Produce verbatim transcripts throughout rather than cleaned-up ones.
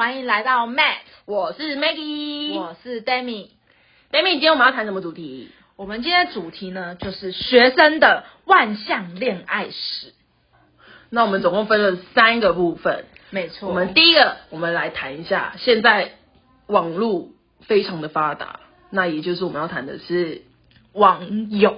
欢迎来到 Matt， 我是 Maggie， 我是 Demi。 Demi， 今天我们要谈什么主题？ 我们今天的主题呢，就是学生的万象恋爱史。 那我们总共分了三个部分。 没错， 我们第一个，我们来谈一下现在网络非常的发达，那也就是我们要谈的是网友。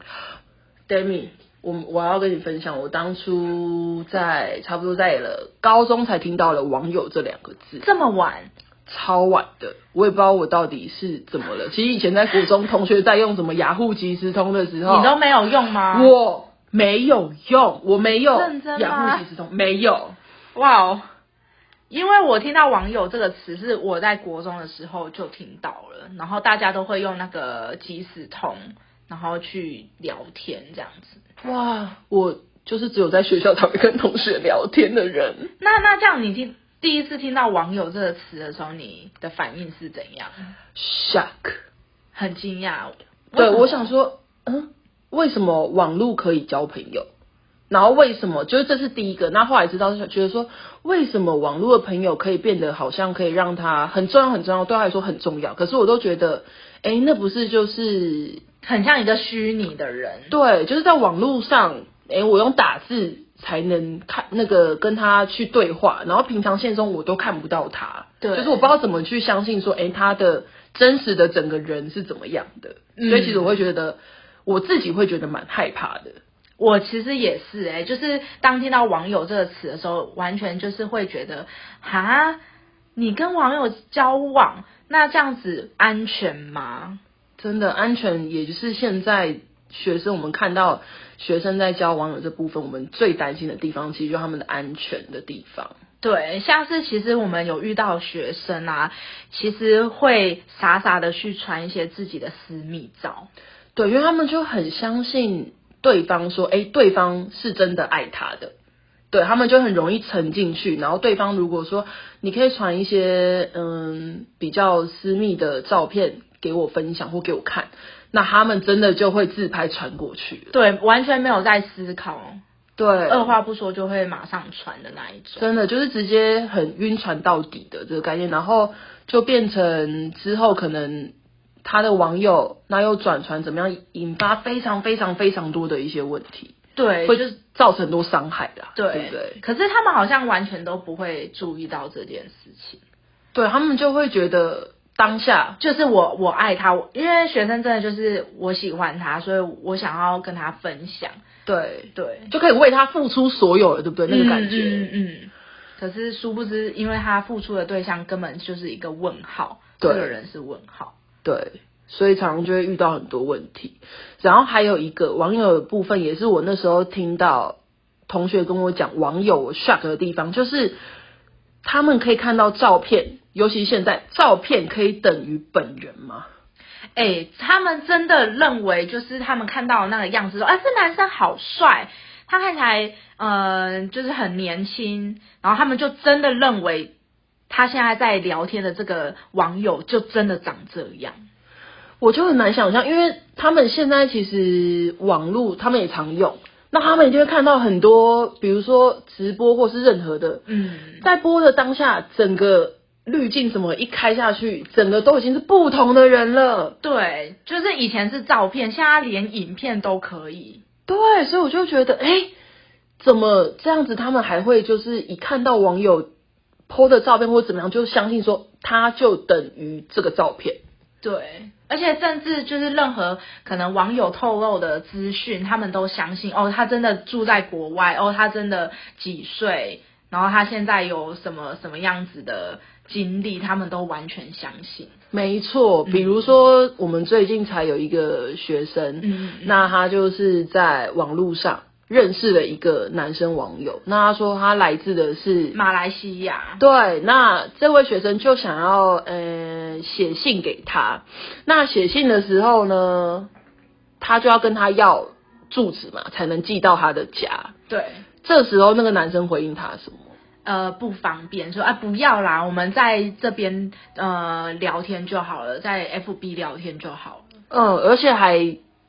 Demi， 我我要跟你分享，我当初在差不多在了高中才听到了网友这两个字。 这么晚？ 超晚的，我也不知道我到底是怎么了。其实以前在国中，同学在用什么雅虎即时通的时候， 你都没有用吗？ 我没有用，我没有认真吗？ 雅虎即时通没有。 哇哦！因为我听到网友这个词是我在国中的时候就听到了，然后大家都会用那个即时通，然后去聊天这样子。 哇，我就是只有在学校才会跟同学聊天的人。 那那这样你听第一次听到网友这个词的时候，你的反应是怎样？ Shock， 很惊讶。 对，我想说，嗯，为什么网络可以交朋友？然后为什么？就是这是第一个。那后来知道，觉得说，为什么网络的朋友可以变得好像可以让他很重要、很重要，对他来说很重要。可是我都觉得，哎，那不是就是很像一个虚拟的人？ 对，就是在网络上，哎，我用打字才能看那个跟他去对话，然后平常现实中我都看不到他。 对， 就是我不知道怎么去相信说，哎，他的真实的整个人是怎么样的。嗯、所以其实我会觉得，我自己会觉得蛮害怕的。 我其实也是哎、欸，就是当听到网友这个词的时候，完全就是会觉得，哈，你跟网友交往，那这样子安全吗？ 真的安全，也就是现在学生我们看到学生在交网友这部分，我们最担心的地方，其实就是他们的安全的地方。 对，像是其实我们有遇到学生啊，其实会傻傻的去传一些自己的私密照。 对，因为他们就很相信对方说，哎，对方是真的爱他的，对，他们就很容易沉进去。然后对方如果说你可以传一些嗯比较私密的照片给我分享或给我看，那他们真的就会自拍传过去。 对，完全没有在思考， 对， 二话不说就会马上传的那一种。 真的就是直接很晕船到底的这个概念，然后就变成之后可能他的网友那又转传怎么样，引发非常非常非常多的一些问题。 对， 会就是造成很多伤害啦， 对， 对不对？ 可是他们好像完全都不会注意到这件事情。 对，他们就会觉得当下就是我我爱他，因为学生真的就是我喜欢他，所以我想要跟他分享。 对对， 就可以为他付出所有了，对不对？那个感觉， 嗯嗯嗯。可是殊不知，因为他付出的对象根本就是一个问号，这个人是问号。 对。所以常常就会遇到很多问题，然后还有一个网友的部分，也是我那时候听到同学跟我讲网友我 shock 的地方，就是他们可以看到照片，尤其现在照片可以等于本人吗？ 哎、欸，他们真的认为就是他们看到的那个样子说，哎、啊，这男生好帅，他看起来呃就是很年轻，然后他们就真的认为他现在在聊天的这个网友就真的长这样。 我就很难想象，因为他们现在其实网络他们也常用，那他们一定会看到很多，比如说直播或是任何的， 嗯， 在播的当下，整个滤镜什么一开下去，整个都已经是不同的人了。 对，就是以前是照片，现在连影片都可以。 对，所以我就觉得，哎，怎么这样子？他们还会就是一看到网友 po 的照片或怎么样，就相信说他就等于这个照片。 对，而且甚至就是任何可能网友透露的资讯，他们都相信哦，他真的住在国外，哦，他真的几岁，然后他现在有什么什么样子的经历，他们都完全相信。 没错，比如说我们最近才有一个学生，嗯，那他就是在网络上认识了一个男生网友，那他说他来自的是马来西亚， 对，那这位学生就想要呃写信给他，那写信的时候呢，他就要跟他要住址嘛，才能寄到他的家。 对， 这时候那个男生回应他什么？ 呃，不方便，说啊不要啦，我们在这边呃聊天就好了，在 F B 聊天就好了。 嗯，而且还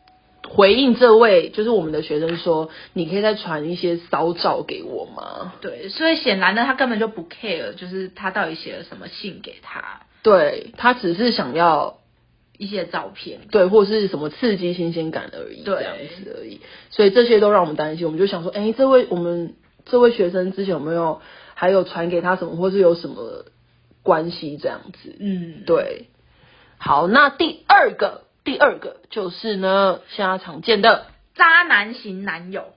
回应这位就是我们的学生说，你可以再传一些骚照给我吗？ 对，所以显然呢，他根本就不 care，就是他到底写了什么信给他。 对，他只是想要一些照片， 对，或是什么刺激新鲜感而已， 对， 这样子而已。所以这些都让我们担心，我们就想说，哎、欸，这位我们这位学生之前有没有还有传给他什么，或是有什么关系这样子？ 嗯， 对。好，那第二个，第二个就是呢，现在常见的渣男型男友。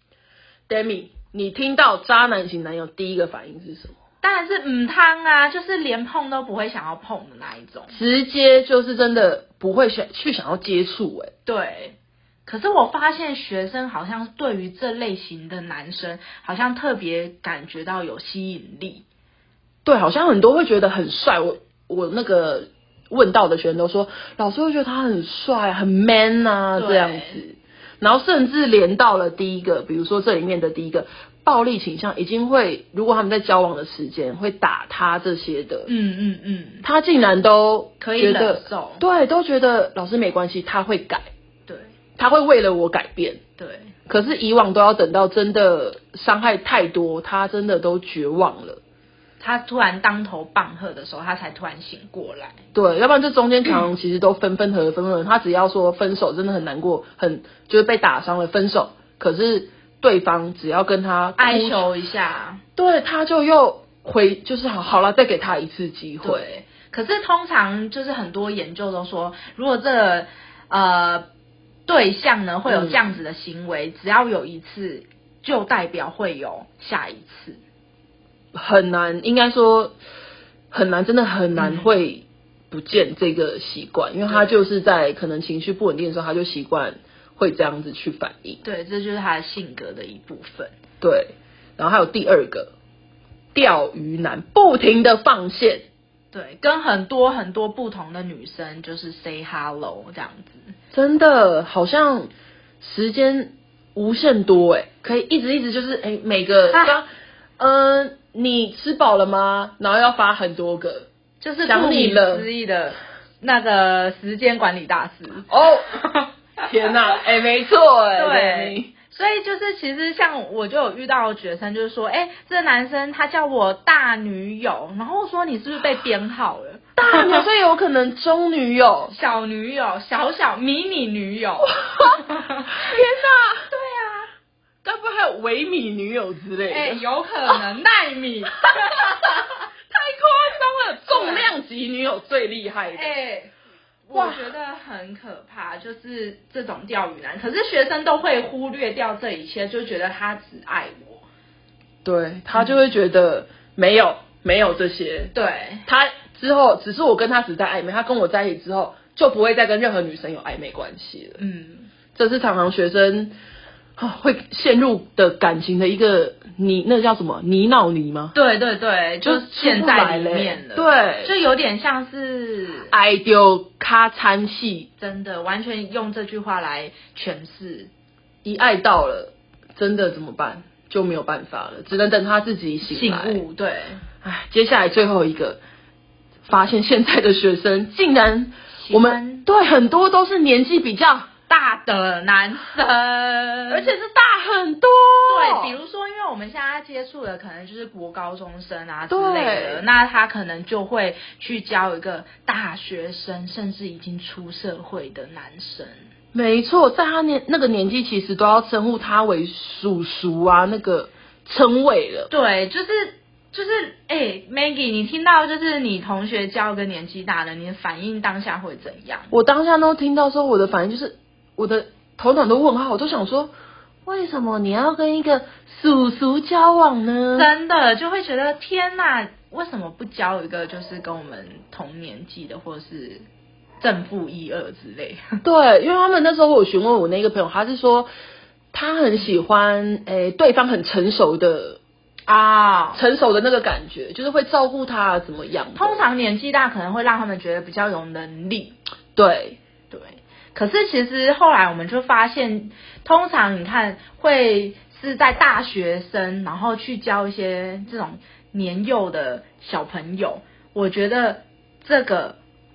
Demi， 你听到渣男型男友第一个反应是什么？ 当然是母汤啊，就是连碰都不会想要碰的那一种， 直接就是真的不会想去想要接触哎、欸。 对，可是我发现学生好像对于这类型的男生，好像特别感觉到有吸引力。 对，好像很多会觉得很帅。我我那个问到的学生都说，老师会觉得他很帅、很 man 啊这样子。然后甚至连到了第一个，比如说这里面的第一个暴力倾向，已经会如果他们在交往的时间会打他这些的， 嗯嗯嗯， 他竟然都可以觉得忍受， 对，都觉得老师没关系，他会改， 对， 他会为了我改变， 对。 可是以往都要等到真的伤害太多，他真的都绝望了。 他突然当头棒喝的时候，他才突然醒过来。 对，要不然这中间常常其实都分分合合分分合合。他只要说分手，真的很难过，很就是被打伤了，分手。可是对方只要跟他哀求一下， 对，他就又回，就是好好了，再给他一次机会。 对，可是通常就是很多研究都说，如果这个呃对象呢会有这样子的行为，嗯、只要有一次，就代表会有下一次。 很难，应该说很难，真的很难会不见这个习惯、嗯，因为他就是在可能情绪不稳定的时候，他就习惯会这样子去反应。 对，这就是他的性格的一部分。 对，然后还有第二个钓鱼男，不停的放线。 对，跟很多很多不同的女生就是 say hello 这样子， 真的好像时间无限多哎，可以一直一直就是哎每个刚嗯。呃你吃饱了吗？然后要发很多个， 就是顾名思义的那个时间管理大师哦。天哪，哎、欸，没错哎， 对，所以就是其实像我就有遇到学生，就是说，哎、欸，这个男生他叫我大女友，然后说你是不是被编号了？ 大女友，所以有可能中女友、 小女友、小小迷你女友。 天哪！对啊。该不会还有微米女友之类的？ 哎、欸，有可能奈米，太夸张了！重量级女友最厉害的。 哎、欸，我觉得很可怕，就是这种钓鱼男。可是学生都会忽略掉这一切，就觉得他只爱我。 对，他就会觉得没有、嗯、没有这些。 对， 他之后只是我跟他只在暧昧，他跟我在一起之后就不会再跟任何女生有暧昧关系了。嗯，这是常常学生。会陷入的感情的一个泥，那叫什么泥淖泥吗？ 对对对，就陷在里面了。 对， 就有点像是爱丢咔参戏， 真的完全用这句话来诠释。 一爱到了，真的怎么办？就没有办法了，只能等他自己醒来。 醒悟，对。 唉，接下来最后一个，发现现在的学生竟然，我们对很多都是年纪比较大的男生， 而且是大很多。 对，比如说，因为我们现在接触的可能就是国高中生啊之类的，那他可能就会去交一个大学生，甚至已经出社会的男生。 没错，在他年那个年纪，其实都要称呼他为叔叔啊，那个称谓了。 对，就是就是，哎、欸、，Maggie， 你听到就是你同学交一个年纪大的，你的反应当下会怎样？ 我当下都听到说，我的反应就是。我的头脑都问号，我都想说，为什么你要跟一个叔叔交往呢？ 真的就会觉得天哪，为什么不交一个就是跟我们同年纪的，或者是正负一二之类？ 对，因为他们那时候我询问我那个朋友，他是说他很喜欢诶、欸、对方很成熟的啊，成熟的那个感觉，就是会照顾他怎么样。 通常年纪大可能会让他们觉得比较有能力。 对对。可是其实后来我们就发现，通常你看会是在大学生，然后去教一些这种年幼的小朋友，我觉得这个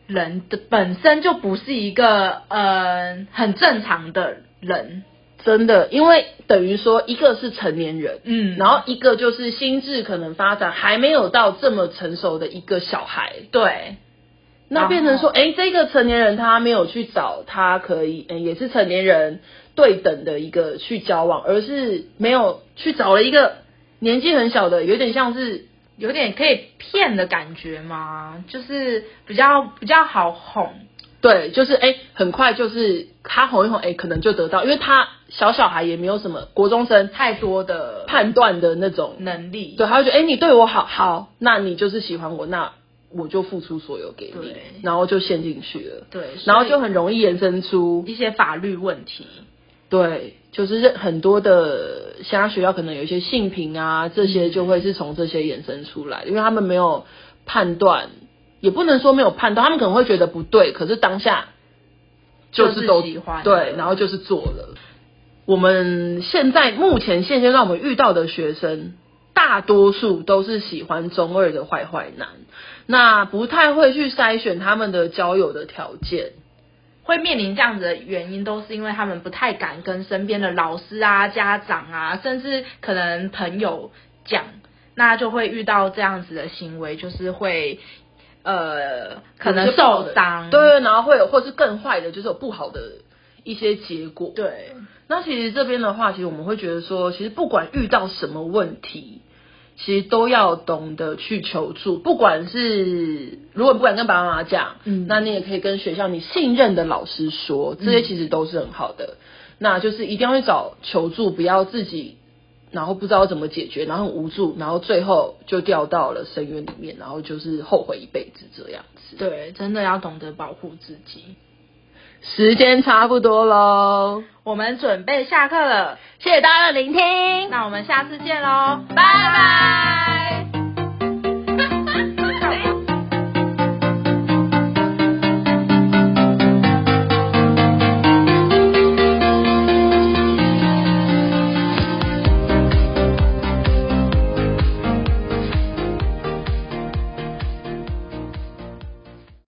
人的本身就不是一个呃很正常的人。 真的，因为等于说一个是成年人， 嗯， 然后一个就是心智可能发展还没有到这么成熟的一个小孩， 对， 那变成说，哎，这个成年人他没有去找他可以，诶也是成年人对等的一个去交往，而是没有去找了一个年纪很小的，有点像是有点可以骗的感觉吗？就是比较比较好哄。 对，就是哎，很快就是他哄一哄，哎，可能就得到，因为他小小孩也没有什么国中生太多的判断的那种能力， 对，他会觉得哎，你对我好，好，那你就是喜欢我，那我就付出所有给你，然后就陷进去了， 对， 然后就很容易延伸出一些法律问题， 对，就是很多的其他学校可能有一些性平啊，这些就会是从这些延伸出来的，因为他们没有判断。也不能说没有判断，他们可能会觉得不对，可是当下就是都喜欢对，然后就是做了。我们现在目前现阶段我们遇到的学生，大多数都是喜欢中二的坏坏男，那不太会去筛选他们的交友的条件。 会面临这样子的原因，都是因为他们不太敢跟身边的老师啊、家长啊，甚至可能朋友讲，那就会遇到这样子的行为，就是会。呃，可能受伤， 对，然后会有，或是更坏的，就是有不好的一些结果。 对， 那其实这边的话，其实我们会觉得说，其实不管遇到什么问题，其实都要懂得去求助。不管是如果不敢跟爸爸妈妈讲，嗯，那你也可以跟学校你信任的老师说，这些其实都是很好的。嗯、那就是一定要去找求助，不要自己。然后不知道怎么解决，然后很无助，然后最后就掉到了深渊里面，然后就是后悔一辈子这样子。 对，真的要懂得保护自己。 时间差不多咯， 我们准备下课了， 谢谢大家的聆听， 那我们下次见咯，拜拜。